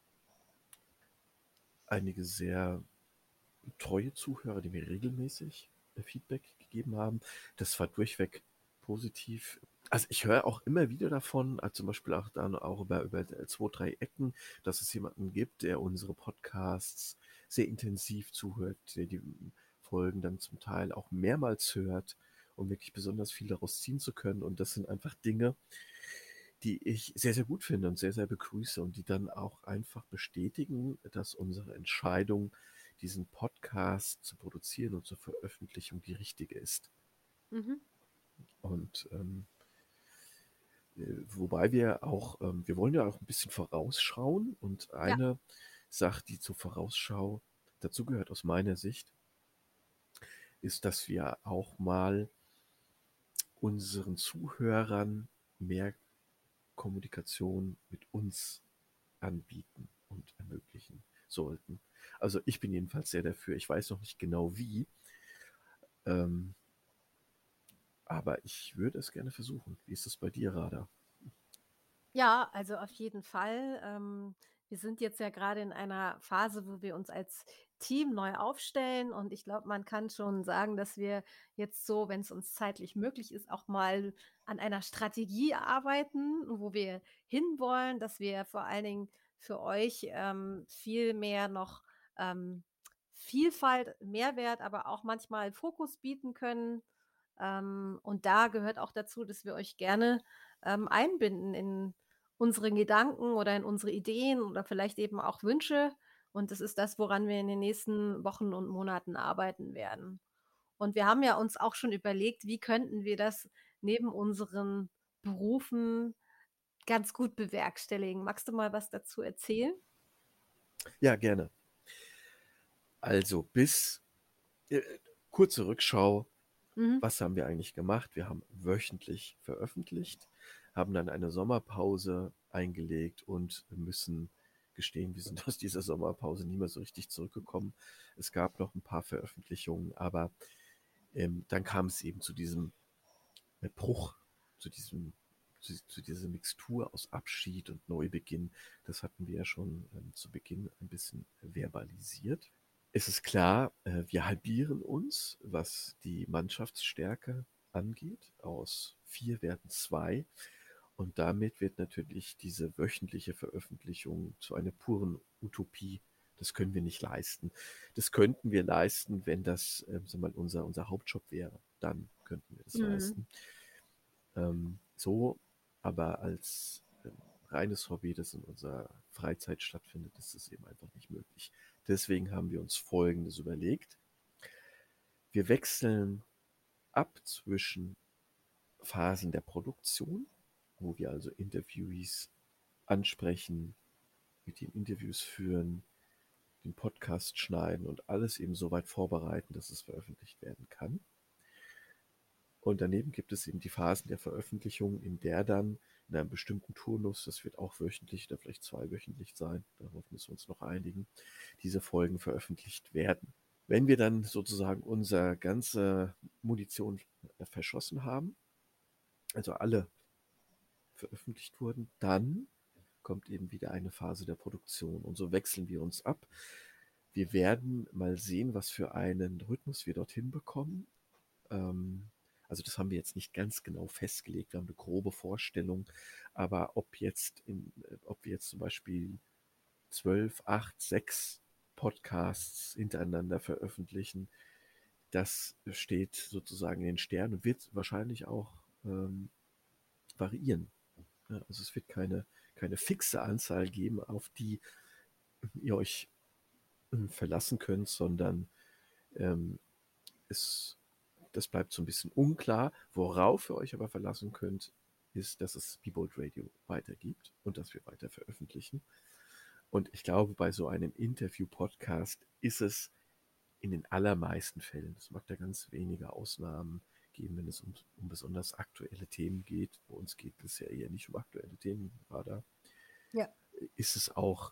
einige sehr treue Zuhörer, die mir regelmäßig Feedback gegeben haben. Das war durchweg positiv. Also ich höre auch immer wieder davon, zum Beispiel auch dann auch über zwei, drei Ecken, dass es jemanden gibt, der unsere Podcasts sehr intensiv zuhört, der die Folgen dann zum Teil auch mehrmals hört, um wirklich besonders viel daraus ziehen zu können. Und das sind einfach Dinge, die ich sehr, sehr gut finde und sehr, sehr begrüße und die dann auch einfach bestätigen, dass unsere Entscheidung, diesen Podcast zu produzieren und zur Veröffentlichung die richtige ist. Mhm. Und wobei wir auch, wir wollen ja auch ein bisschen vorausschauen und Ja, eine Sache, die zur Vorausschau dazugehört aus meiner Sicht, ist, dass wir auch mal unseren Zuhörern mehr Kommunikation mit uns anbieten und ermöglichen sollten. Also ich bin jedenfalls sehr dafür. Ich weiß noch nicht genau wie, ähm, aber ich würde es gerne versuchen. Wie ist es bei dir, Rada? ja, also auf jeden Fall. Wir sind jetzt ja gerade in einer Phase, wo wir uns als Team neu aufstellen und ich glaube, man kann schon sagen, dass wir jetzt so, wenn es uns zeitlich möglich ist, auch mal an einer Strategie arbeiten, wo wir hinwollen, dass wir vor allen Dingen für euch viel mehr noch ähm, Vielfalt, Mehrwert, aber auch manchmal Fokus bieten können. Und da gehört auch dazu, dass wir euch gerne einbinden in unsere Gedanken oder in unsere Ideen oder vielleicht eben auch Wünsche. Und das ist das, woran wir in den nächsten Wochen und Monaten arbeiten werden. Und wir haben ja uns auch schon überlegt, wie könnten wir das neben unseren Berufen ganz gut bewerkstelligen. Magst du mal was dazu erzählen? Ja, gerne. Also äh, kurze Rückschau. Mhm. Was haben wir eigentlich gemacht? Wir haben wöchentlich veröffentlicht, haben dann eine Sommerpause eingelegt und müssen gestehen, wir sind aus dieser Sommerpause nie mehr so richtig zurückgekommen. Es gab noch ein paar Veröffentlichungen, aber dann kam es eben zu diesem Bruch, zu zu dieser Mixtur aus Abschied und Neubeginn. Das hatten wir ja schon zu Beginn ein bisschen verbalisiert. Es ist klar, wir halbieren uns, was die Mannschaftsstärke angeht. Aus 4 werden 2. Und damit wird natürlich diese wöchentliche Veröffentlichung zu einer puren Utopie. Das können wir nicht leisten. Das könnten wir leisten, wenn das sagen wir mal, unser Hauptjob wäre. Dann könnten wir das Mhm. leisten. So, aber als reines Hobby, das in unserer Freizeit stattfindet, ist es eben einfach nicht möglich. Deswegen haben wir uns Folgendes überlegt. Wir wechseln ab zwischen Phasen der Produktion, wo wir also Interviewees ansprechen, mit den Interviews führen, den Podcast schneiden und alles eben so weit vorbereiten, dass es veröffentlicht werden kann. Und daneben gibt es eben die Phasen der Veröffentlichung, in der dann in einem bestimmten Turnus, das wird auch wöchentlich oder vielleicht zweiwöchentlich sein, darauf müssen wir uns noch einigen, diese Folgen veröffentlicht werden. Wenn wir dann sozusagen unsere ganze Munition verschossen haben, also alle veröffentlicht wurden, dann kommt eben wieder eine Phase der Produktion und so wechseln wir uns ab. Wir werden mal sehen, was für einen Rhythmus wir dorthin bekommen. Ähm, also das haben wir jetzt nicht ganz genau festgelegt. Wir haben eine grobe Vorstellung, aber ob wir jetzt zum Beispiel 12, 8, 6 Podcasts hintereinander veröffentlichen, das steht sozusagen in den Sternen und wird wahrscheinlich auch variieren. Ja, also es wird keine fixe Anzahl geben, auf die ihr euch verlassen könnt, sondern ähm, es, das bleibt so ein bisschen unklar. Worauf ihr euch aber verlassen könnt, ist, dass es Be-Bold Radio weitergibt und dass wir weiter veröffentlichen. Und ich glaube, bei so einem Interview-Podcast ist es in den allermeisten Fällen, es mag da ganz wenige Ausnahmen geben, wenn es um besonders aktuelle Themen geht. Bei uns geht es ja eher nicht um aktuelle Themen, gerade Ja. ist es auch,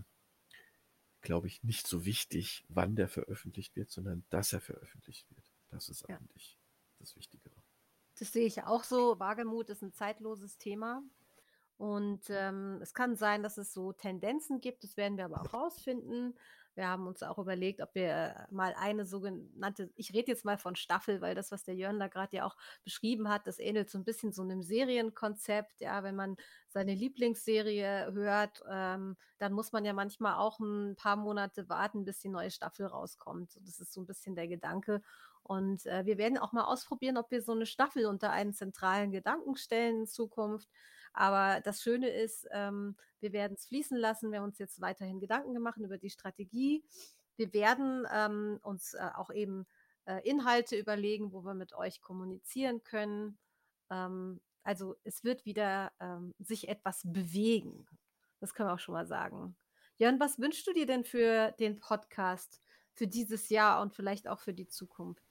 glaube ich, nicht so wichtig, wann der veröffentlicht wird, sondern dass er veröffentlicht wird. Das ist Ja. eigentlich das Wichtigere. Das sehe ich auch so. Wagemut ist ein zeitloses Thema. Und es kann sein, dass es so Tendenzen gibt, das werden wir aber auch rausfinden, Wir haben uns auch überlegt, ob wir mal eine sogenannte, ich rede jetzt mal von Staffel, weil das, was der Jörn da gerade ja auch beschrieben hat, das ähnelt so ein bisschen so einem Serienkonzept. Ja, wenn man seine Lieblingsserie hört, dann muss man ja manchmal auch ein paar Monate warten, bis die neue Staffel rauskommt. So, das ist so ein bisschen der Gedanke. Und wir werden auch mal ausprobieren, ob wir so eine Staffel unter einen zentralen Gedanken stellen in Zukunft. Aber das Schöne ist, wir werden es fließen lassen. Wir haben uns jetzt weiterhin Gedanken gemacht über die Strategie. Wir werden uns auch eben Inhalte überlegen, wo wir mit euch kommunizieren können. Also es wird wieder sich etwas bewegen. Das können wir auch schon mal sagen. Jörn, was wünschst du dir denn für den Podcast für dieses Jahr und vielleicht auch für die Zukunft?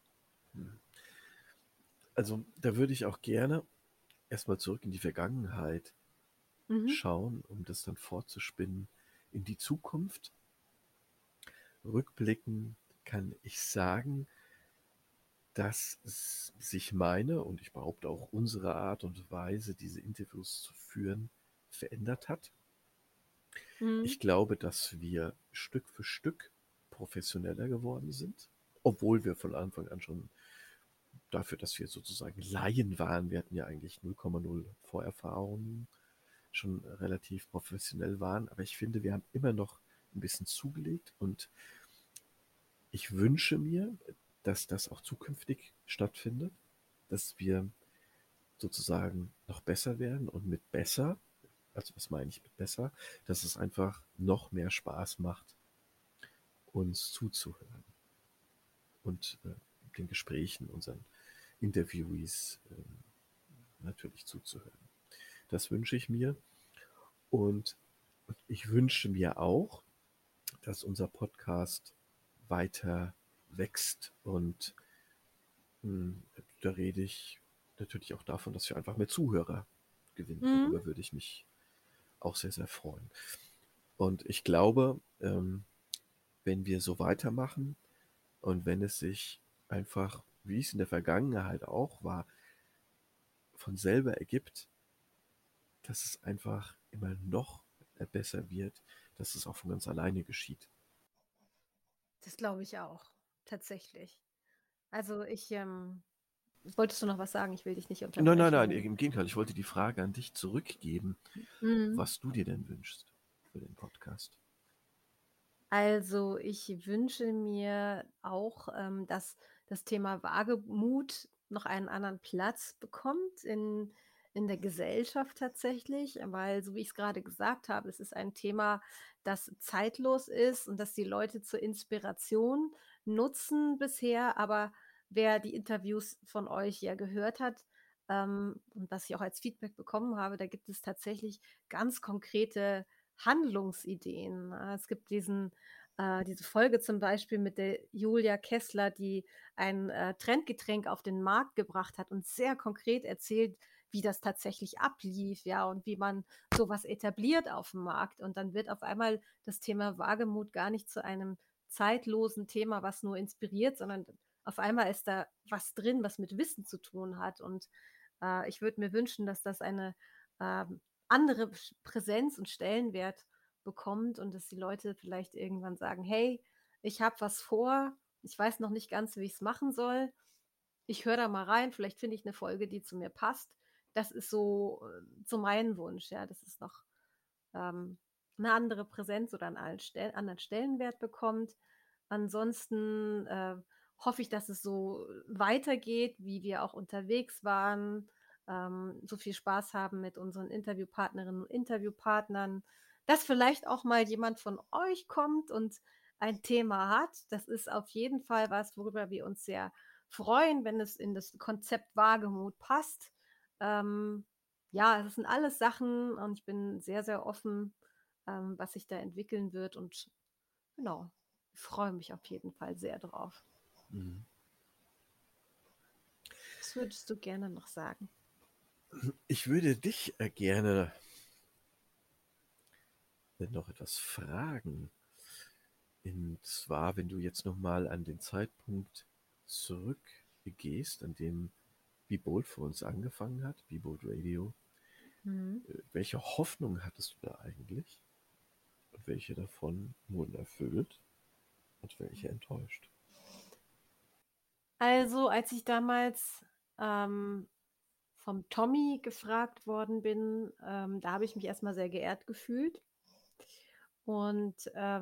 Also da würde ich auch gerne erstmal zurück in die Vergangenheit Mhm. schauen, um das dann fortzuspinnen in die Zukunft. Rückblickend kann ich sagen, dass sich meine und ich behaupte auch unsere Art und Weise, diese Interviews zu führen, verändert hat. Mhm. Ich glaube, dass wir Stück für Stück professioneller geworden sind, obwohl wir von Anfang an schon dafür, dass wir sozusagen Laien waren, wir hatten ja eigentlich 0,0 Vorerfahrungen, schon relativ professionell waren. Aber ich finde, wir haben immer noch ein bisschen zugelegt und ich wünsche mir, dass das auch zukünftig stattfindet, dass wir sozusagen noch besser werden und mit besser, also was meine ich mit besser, dass es einfach noch mehr Spaß macht, uns zuzuhören und den Gesprächen, unseren Interviewees natürlich zuzuhören. Das wünsche ich mir und ich wünsche mir auch, dass unser Podcast weiter wächst und da rede ich natürlich auch davon, dass wir einfach mehr Zuhörer gewinnen. Mhm. Darüber würde ich mich auch sehr, sehr freuen. Und ich glaube, wenn wir so weitermachen und wenn es sich einfach, wie es in der Vergangenheit auch war, von selber ergibt, dass es einfach immer noch besser wird, dass es auch von ganz alleine geschieht. Das glaube ich auch, tatsächlich. Also wolltest du noch was sagen? Ich will dich nicht Nein, nein, unterbrechen. nein, im Gegenteil, ich wollte die Frage an dich zurückgeben, Mhm. was du dir denn wünschst für den Podcast. Also ich wünsche mir auch, dass das Thema Wagemut noch einen anderen Platz bekommt in der Gesellschaft tatsächlich, weil so wie ich es gerade gesagt habe, es ist ein Thema, das zeitlos ist und das die Leute zur Inspiration nutzen bisher. Aber wer die Interviews von euch ja gehört hat, und was ich auch als Feedback bekommen habe, da gibt es tatsächlich ganz konkrete Handlungsideen. Es gibt diese Folge zum Beispiel mit der Julia Kessler, die ein Trendgetränk auf den Markt gebracht hat und sehr konkret erzählt, wie das tatsächlich ablief, ja, und wie man sowas etabliert auf dem Markt. Und dann wird auf einmal das Thema Wagemut gar nicht zu einem zeitlosen Thema, was nur inspiriert, sondern auf einmal ist da was drin, was mit Wissen zu tun hat. Und ich würde mir wünschen, dass das eine andere Präsenz und Stellenwert bekommt und dass die Leute vielleicht irgendwann sagen, hey, ich habe was vor, ich weiß noch nicht ganz, wie ich es machen soll. Ich höre da mal rein, vielleicht finde ich eine Folge, die zu mir passt. Das ist so mein Wunsch, ja, dass es noch 'ne andere Präsenz oder 'n anderen Stellenwert bekommt. Ansonsten hoffe ich, dass es so weitergeht, wie wir auch unterwegs waren, so viel Spaß haben mit unseren Interviewpartnerinnen und Interviewpartnern, dass vielleicht auch mal jemand von euch kommt und ein Thema hat. Das ist auf jeden Fall was, worüber wir uns sehr freuen, wenn es in das Konzept Wagemut passt. Ähm, ja, das sind alles Sachen und ich bin sehr, sehr offen, was sich da entwickeln wird und genau, ich freue mich auf jeden Fall sehr drauf. Mhm. Was würdest du gerne noch sagen? Ich würde dich gerne noch etwas fragen. Und zwar, wenn du jetzt nochmal an den Zeitpunkt zurückgehst, an dem Be Bold für uns angefangen hat, Be Bold Radio, Mhm. welche Hoffnung hattest du da eigentlich? Und welche davon wurden erfüllt? und welche enttäuscht? Also, als ich damals vom Tommy gefragt worden bin, da habe ich mich erstmal sehr geehrt gefühlt. Und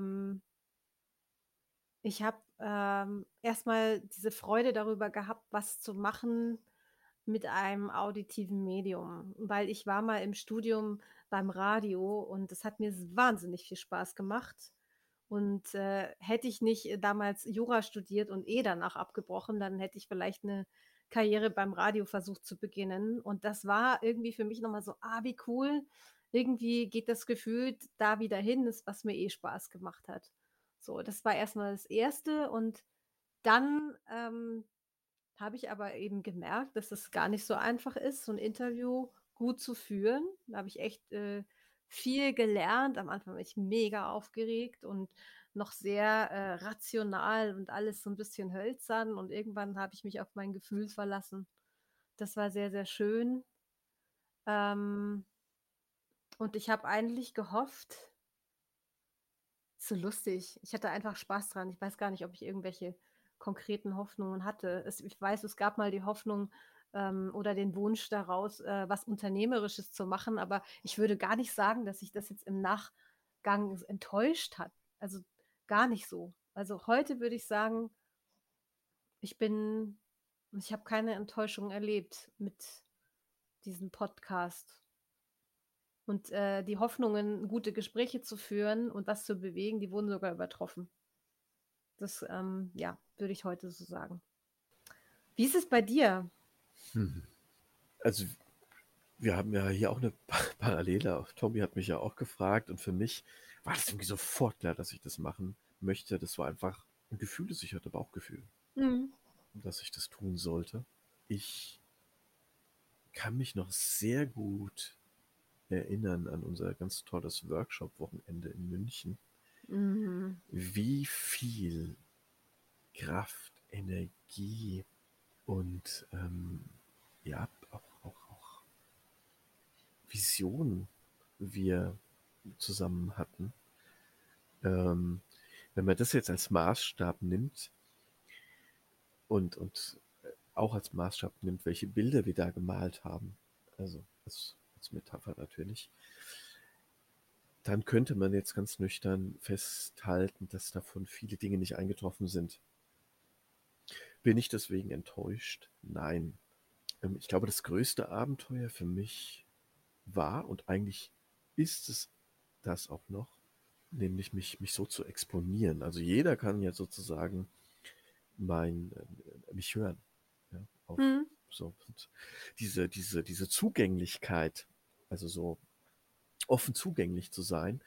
ich habe erst diese Freude darüber gehabt, was zu machen mit einem auditiven Medium, weil ich war mal im Studium beim Radio und es hat mir wahnsinnig viel Spaß gemacht. Und hätte ich nicht damals Jura studiert und danach abgebrochen, dann hätte ich vielleicht eine Karriere beim Radio versucht zu beginnen. Und das war irgendwie für mich nochmal so, wie cool. Irgendwie geht das Gefühl da wieder hin, ist, was mir Spaß gemacht hat. So, das war erstmal das Erste. Und dann habe ich aber eben gemerkt, dass es gar nicht so einfach ist, so ein Interview gut zu führen. Da habe ich echt viel gelernt. Am Anfang war ich mega aufgeregt und noch sehr rational und alles so ein bisschen hölzern. Und irgendwann habe ich mich auf mein Gefühl verlassen. Das war sehr, sehr schön. Ähm, und ich habe eigentlich gehofft, so lustig. Ich hatte einfach Spaß dran. Ich weiß gar nicht, ob ich irgendwelche konkreten Hoffnungen hatte. Ich weiß, es gab mal die Hoffnung oder den Wunsch daraus, was Unternehmerisches zu machen, aber ich würde gar nicht sagen, dass sich das jetzt im Nachgang enttäuscht hat. Also gar nicht so. Also heute würde ich sagen, ich bin, ich habe keine Enttäuschung erlebt mit diesem Podcast. Und die Hoffnungen, gute Gespräche zu führen und was zu bewegen, die wurden sogar übertroffen. Das, ja, würde ich heute so sagen. Wie ist es bei dir? Hm. Also wir haben ja hier auch eine Parallele. Tommy hat mich ja auch gefragt und für mich war das irgendwie sofort klar, dass ich das machen möchte. Das war einfach ein Gefühl, das ich hatte, Bauchgefühl, Mhm. dass ich das tun sollte. Ich kann mich noch sehr gut erinnern an unser ganz tolles Workshop-Wochenende in München. Mhm. Wie viel Kraft, Energie und ja, auch Vision wir zusammen hatten. Wenn man das jetzt als Maßstab nimmt und auch als Maßstab nimmt, welche Bilder wir da gemalt haben, also als Metapher natürlich, dann könnte man jetzt ganz nüchtern festhalten, dass davon viele Dinge nicht eingetroffen sind. Bin ich deswegen enttäuscht? Nein. Ich glaube, das größte Abenteuer für mich war und eigentlich ist es das auch noch, nämlich mich so zu exponieren. Also jeder kann ja sozusagen mich hören. Ja, auf Mhm. so und diese Zugänglichkeit, also so offen zugänglich zu sein,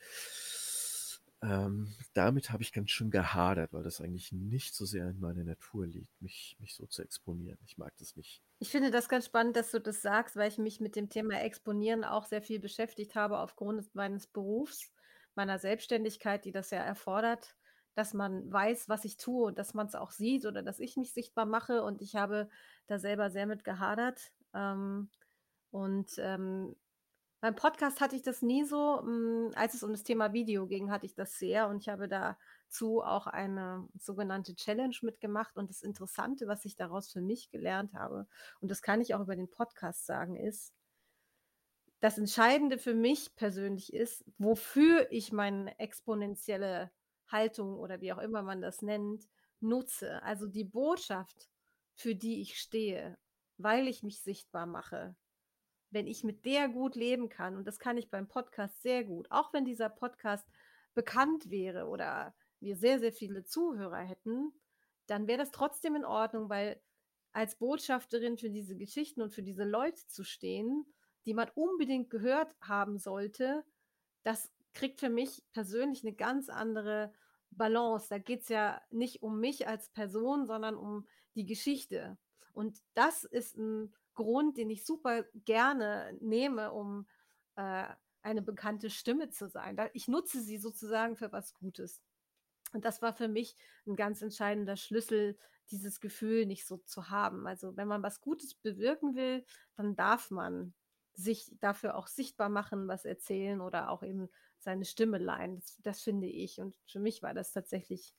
damit habe ich ganz schön gehadert, weil das eigentlich nicht so sehr in meiner Natur liegt, mich so zu exponieren. Ich mag das nicht. Ich finde das ganz spannend, dass du das sagst, weil ich mich mit dem Thema Exponieren auch sehr viel beschäftigt habe aufgrund meines Berufs, meiner Selbstständigkeit, die das ja erfordert, dass man weiß, was ich tue und dass man es auch sieht oder dass ich mich sichtbar mache. Und ich habe da selber sehr mit gehadert. Und beim Podcast hatte ich das nie so. Als es um das Thema Video ging, hatte ich das sehr und ich habe dazu auch eine sogenannte Challenge mitgemacht. Und das Interessante, was ich daraus für mich gelernt habe, und das kann ich auch über den Podcast sagen, ist, das Entscheidende für mich persönlich ist, wofür ich meine exponentielle Haltung oder wie auch immer man das nennt, nutze. Also die Botschaft, für die ich stehe, weil ich mich sichtbar mache, wenn ich mit der gut leben kann, und das kann ich beim Podcast sehr gut, auch wenn dieser Podcast bekannt wäre oder wir sehr, sehr viele Zuhörer hätten, dann wäre das trotzdem in Ordnung, weil als Botschafterin für diese Geschichten und für diese Leute zu stehen, die man unbedingt gehört haben sollte, das kriegt für mich persönlich eine ganz andere Balance. Da geht es ja nicht um mich als Person, sondern um die Geschichte. Und das ist ein Grund, den ich super gerne nehme, um äh, eine bekannte Stimme zu sein. Ich nutze sie sozusagen für was Gutes. Und das war für mich ein ganz entscheidender Schlüssel, dieses Gefühl nicht so zu haben. Also wenn man was Gutes bewirken will, dann darf man sich dafür auch sichtbar machen, was erzählen oder auch eben seine Stimme leihen. Das finde ich. Und für mich war das tatsächlich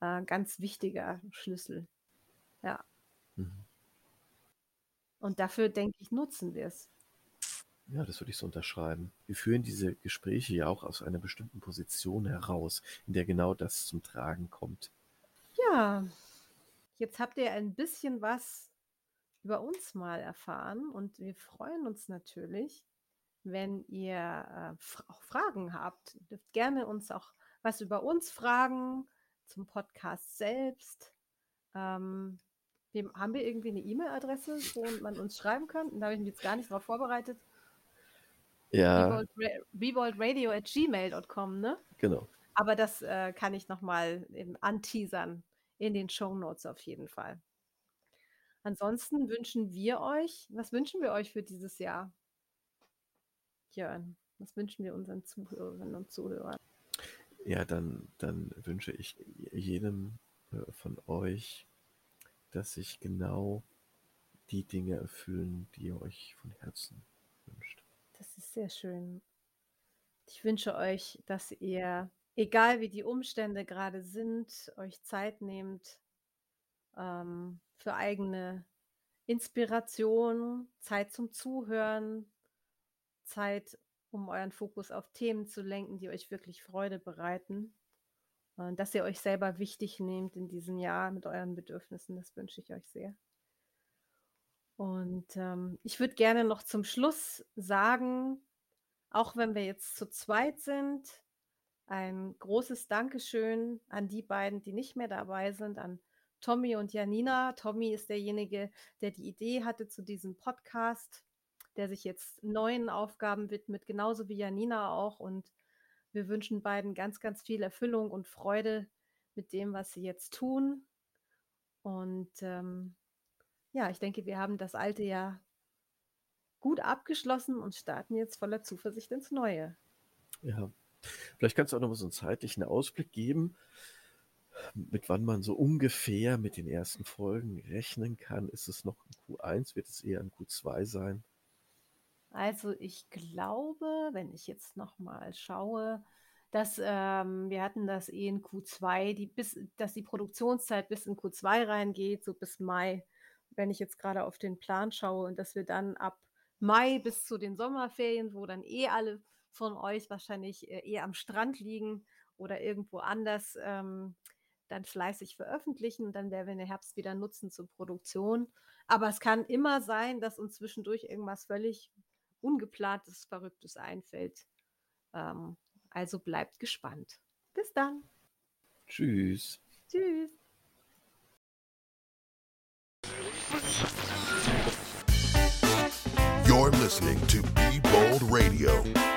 ganz wichtiger Schlüssel. Ja. Mhm. Und dafür, denke ich, nutzen wir es. Ja, das würde ich so unterschreiben. Wir führen diese Gespräche ja auch aus einer bestimmten Position heraus, in der genau das zum Tragen kommt. Ja, jetzt habt ihr ein bisschen was über uns mal erfahren und wir freuen uns natürlich, wenn ihr auch Fragen habt. Ihr dürft gerne uns auch was über uns fragen, zum Podcast selbst. Haben wir irgendwie eine E-Mail-Adresse, wo man uns schreiben kann? Da habe ich mich jetzt gar nicht drauf vorbereitet. Ja, beboldradio@gmail.com, ne? genau. Aber das kann ich nochmal anteasern in den Shownotes auf jeden Fall. Ansonsten was wünschen wir euch für dieses Jahr, Jörn? Was wünschen wir unseren Zuhörerinnen und Zuhörern? Ja, dann wünsche ich jedem von euch, dass sich genau die Dinge erfüllen, die ihr euch von Herzen wünscht. Das ist sehr schön. Ich wünsche euch, dass ihr, egal wie die Umstände gerade sind, euch Zeit nehmt für eigene Inspiration, Zeit zum Zuhören, Zeit, um euren Fokus auf Themen zu lenken, die euch wirklich Freude bereiten. Und dass ihr euch selber wichtig nehmt in diesem Jahr mit euren Bedürfnissen, das wünsche ich euch sehr. Und ich würde gerne noch zum Schluss sagen, auch wenn wir jetzt zu zweit sind, ein großes Dankeschön an die beiden, die nicht mehr dabei sind, an Tommy und Janina. Tommy ist derjenige, der die Idee hatte zu diesem Podcast, der sich jetzt neuen Aufgaben widmet, genauso wie Janina auch. Und wir wünschen beiden ganz, ganz viel Erfüllung und Freude mit dem, was sie jetzt tun. Und ja, ich denke, wir haben das alte Jahr gut abgeschlossen und starten jetzt voller Zuversicht ins neue. Ja, vielleicht kannst du auch noch mal so einen zeitlichen Ausblick geben, mit wann man so ungefähr mit den ersten Folgen rechnen kann. Ist es noch in Q1? Wird es eher in Q2 sein? Also ich glaube, wenn ich jetzt noch mal schaue, dass wir hatten das in Q2, dass die Produktionszeit bis in Q2 reingeht, so bis Mai, wenn ich jetzt gerade auf den Plan schaue und dass wir dann ab Mai bis zu den Sommerferien, wo dann alle von euch wahrscheinlich eher am Strand liegen oder irgendwo anders, dann fleißig veröffentlichen und dann werden wir den Herbst wieder nutzen zur Produktion. Aber es kann immer sein, dass uns zwischendurch irgendwas völlig Ungeplantes, Verrücktes einfällt. Also bleibt gespannt. Bis dann. Tschüss. Tschüss. You're listening to Be Bold Radio.